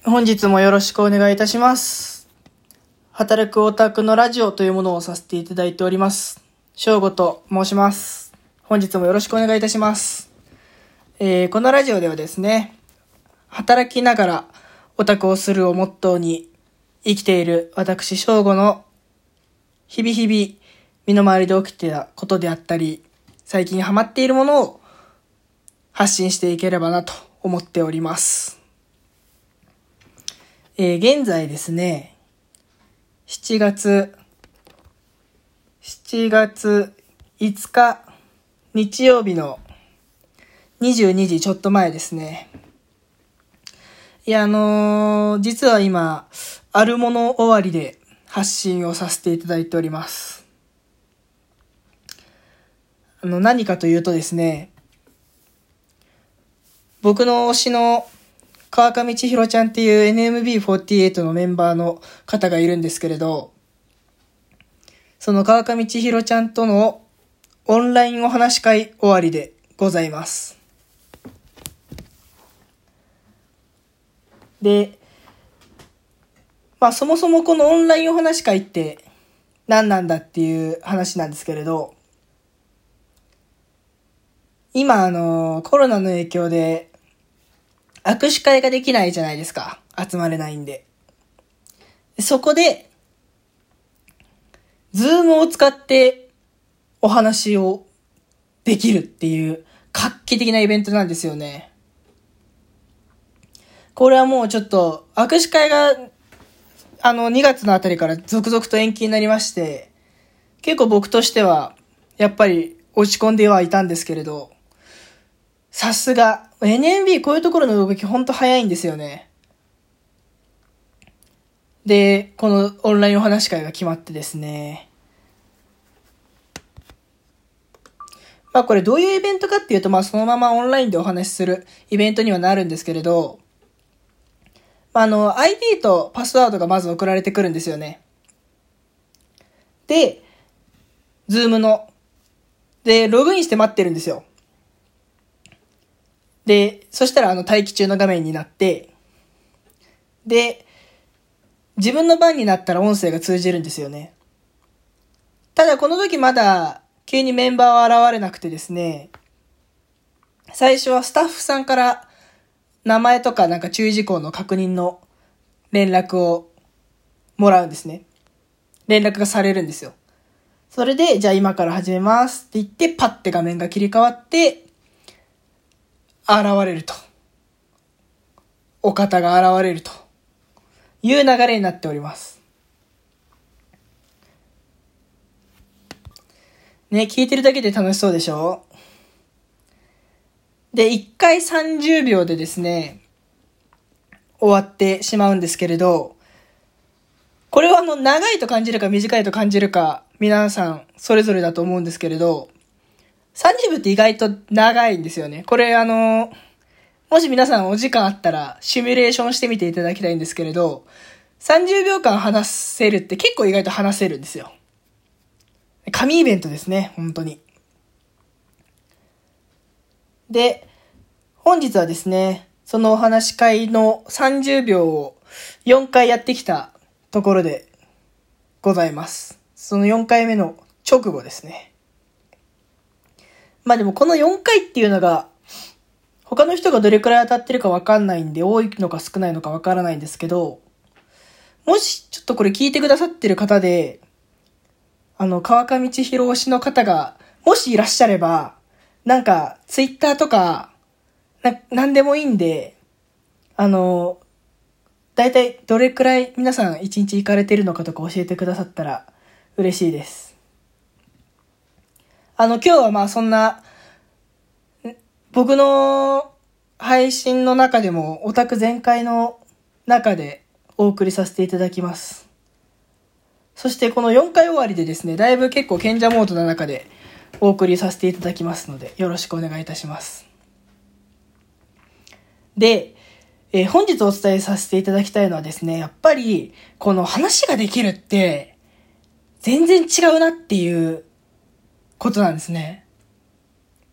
本日もよろしくお願いいたします。働くオタクのラジオというものをさせていただいております。翔吾と申します。本日もよろしくお願いいたします。このラジオではですね、働きながらオタクをするをモットーに生きている私翔吾の日々身の回りで起きていたことであったり、最近ハマっているものを発信していければなと思っております。現在ですね、7月5日日曜日の22時ちょっと前ですね。実は今、あるもの終わりで発信をさせていただいております。何かというとですね、僕の推しの川上千尋ちゃんっていう NMB48 のメンバーの方がいるんですけれど、その川上千尋ちゃんとのオンラインお話し会終わりでございます。で、そもそもこのオンラインお話し会って何なんだっていう話なんですけれど、今コロナの影響で握手会ができないじゃないですか。集まれないんで。そこで、ズームを使ってお話をできるっていう画期的なイベントなんですよね。これはもうちょっと、握手会が、2月のあたりから続々と延期になりまして、結構僕としては、やっぱり落ち込んではいたんですけれど、さすが、NMB こういうところの動きほんと早いんですよね。で、このオンラインお話し会が決まってですね。これどういうイベントかっていうと、そのままオンラインでお話しするイベントにはなるんですけれど、ID とパスワードがまず送られてくるんですよね。で、ズームの、で、ログインして待ってるんですよ。で、そしたら待機中の画面になって、で、自分の番になったら音声が通じるんですよね。ただこの時まだ急にメンバーは現れなくてですね、最初はスタッフさんから名前とか注意事項の確認の連絡をもらうんですね。連絡がされるんですよ。それで、じゃあ今から始めますって言って、パッて画面が切り替わって、現れると。お方が現れるという流れになっております。ね、聞いてるだけで楽しそうでしょ？で、1回30秒でですね、終わってしまうんですけれど、これは長いと感じるか短いと感じるか、皆さんそれぞれだと思うんですけれど、30秒って意外と長いんですよね。これもし皆さんお時間あったらシミュレーションしてみていただきたいんですけれど、30秒間話せるって結構意外と話せるんですよ。神イベントですね、本当に。で、本日はですね、そのお話し会の30秒を4回やってきたところでございます。その4回目の直後ですね。でもこの4回っていうのが、他の人がどれくらい当たってるかわかんないんで、多いのか少ないのかわからないんですけど、もしちょっとこれ聞いてくださってる方で、川上千尋推しの方が、もしいらっしゃれば、ツイッターとか、なんでもいいんで、だいたいどれくらい皆さん一日行かれてるのかとか教えてくださったら嬉しいです。今日はそんな、僕の配信の中でもオタク全開の中でお送りさせていただきます。そしてこの4回終わりでですね、だいぶ結構賢者モードの中でお送りさせていただきますので、よろしくお願いいたします。で、本日お伝えさせていただきたいのはですね、やっぱりこの話ができるって全然違うなっていうことなんですね。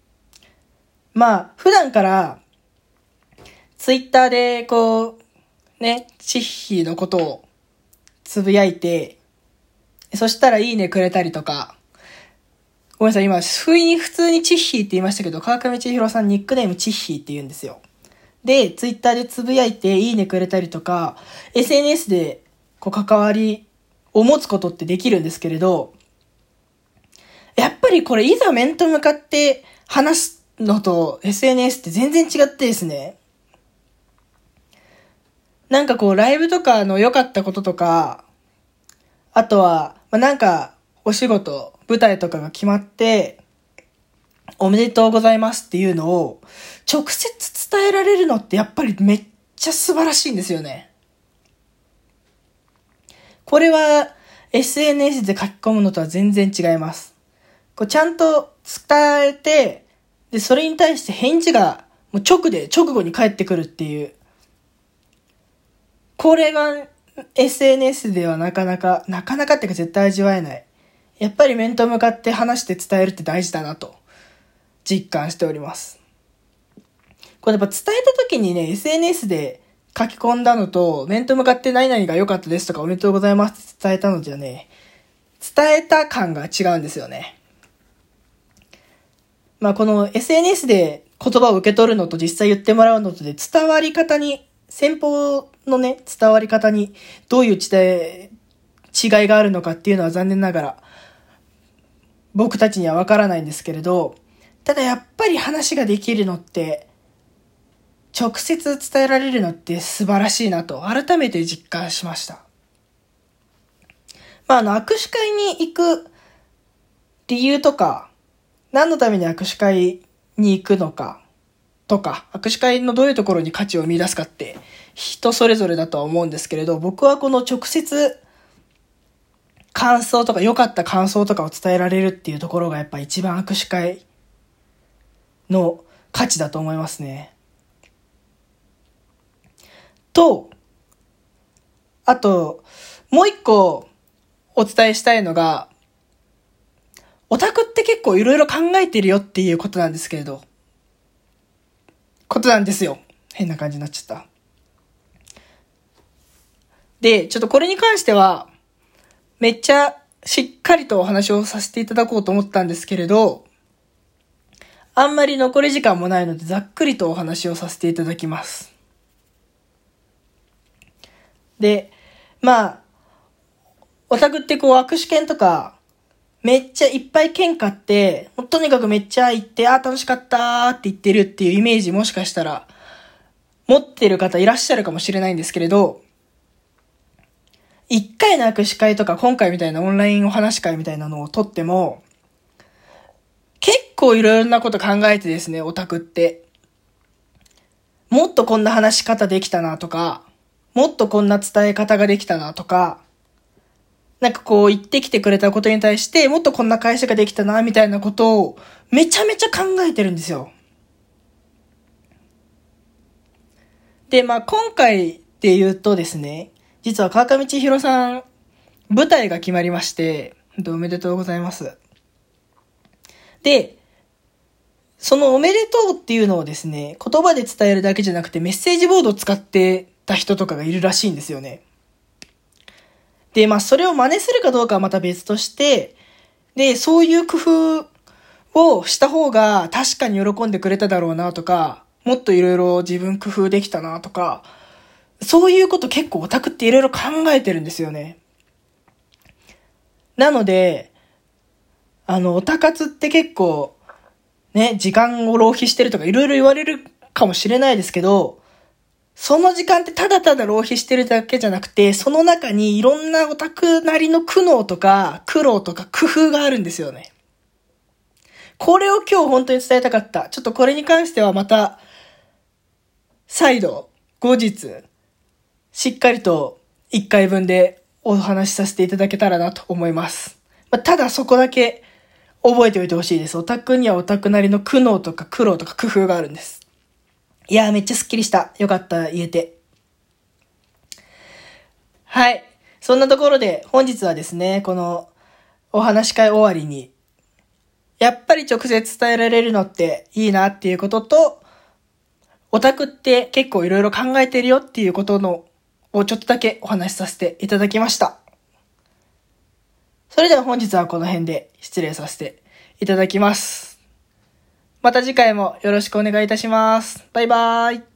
普段からツイッターでね、チッヒーのことをつぶやいて、そしたらいいねくれたりとか、ごめんなさい、今、普通にチッヒーって言いましたけど、川上千尋さんニックネームチッヒーって言うんですよ。で、ツイッターでつぶやいていいねくれたりとか、SNS で関わりを持つことってできるんですけれど、やっぱりこれいざ面と向かって話すのと SNS って全然違ってですね。なんかライブとかの良かったこととか、あとは、なんかお仕事、舞台とかが決まって、おめでとうございますっていうのを直接伝えられるのってやっぱりめっちゃ素晴らしいんですよね。これは SNS で書き込むのとは全然違います。ちゃんと伝えて、で、それに対して返事がもう直後に返ってくるっていう。これが SNS ではなかなかっていうか絶対味わえない。やっぱり面と向かって話して伝えるって大事だなと実感しております。これやっぱ伝えた時にね、SNS で書き込んだのと、面と向かって何々が良かったですとかおめでとうございますって伝えたのじゃね、伝えた感が違うんですよね。この SNS で言葉を受け取るのと実際言ってもらうのとで伝わり方に、先方のね、伝わり方にどういう違いがあるのかっていうのは残念ながら僕たちにはわからないんですけれど、ただやっぱり話ができるのって、直接伝えられるのって素晴らしいなと改めて実感しました。握手会に行く理由とか、何のために握手会に行くのかとか、握手会のどういうところに価値を見出すかって人それぞれだとは思うんですけれど、僕はこの直接感想とか良かった感想とかを伝えられるっていうところがやっぱ一番握手会の価値だと思いますね。と、あと、もう一個お伝えしたいのが、オタクって結構いろいろ考えてるよっていうことなんですけれど、ことなんですよ。変な感じになっちゃった。で、ちょっとこれに関しては、めっちゃしっかりとお話をさせていただこうと思ったんですけれど、あんまり残り時間もないのでざっくりとお話をさせていただきます。で、オタクって握手券とか、めっちゃいっぱい券買って、とにかくめっちゃ行って、楽しかったって言ってるっていうイメージもしかしたら、持ってる方いらっしゃるかもしれないんですけれど、一回の握手会とか今回みたいなオンラインお話会みたいなのをとっても、結構いろいろなこと考えてですね、オタクって。もっとこんな話し方できたなとか、もっとこんな伝え方ができたなとか、言ってきてくれたことに対して、もっとこんな返しができたなみたいなことをめちゃめちゃ考えてるんですよ。で、今回で言うとですね、実は川上千尋さん、舞台が決まりまして、おめでとうございます。で、そのおめでとうっていうのをですね、言葉で伝えるだけじゃなくてメッセージボードを使ってた人とかがいるらしいんですよね。で、それを真似するかどうかはまた別として、で、そういう工夫をした方が確かに喜んでくれただろうなとか、もっといろいろ自分工夫できたなとか、そういうこと結構オタクっていろいろ考えてるんですよね。なので、オタ活って結構、ね、時間を浪費してるとかいろいろ言われるかもしれないですけど、その時間ってただただ浪費してるだけじゃなくて、その中にいろんなオタクなりの苦悩とか苦労とか工夫があるんですよね。これを今日本当に伝えたかった。ちょっとこれに関してはまた、再度、後日、しっかりと1回分でお話しさせていただけたらなと思います。ただそこだけ覚えておいてほしいです。オタクにはオタクなりの苦悩とか苦労とか工夫があるんです。いやーめっちゃスッキリした。よかった、言えて。はい。そんなところで本日はですね、このお話し会終わりに、やっぱり直接伝えられるのっていいなっていうことと、オタクって結構いろいろ考えてるよっていうことのをちょっとだけお話しさせていただきました。それでは本日はこの辺で失礼させていただきます。また次回もよろしくお願いいたします。バイバーイ。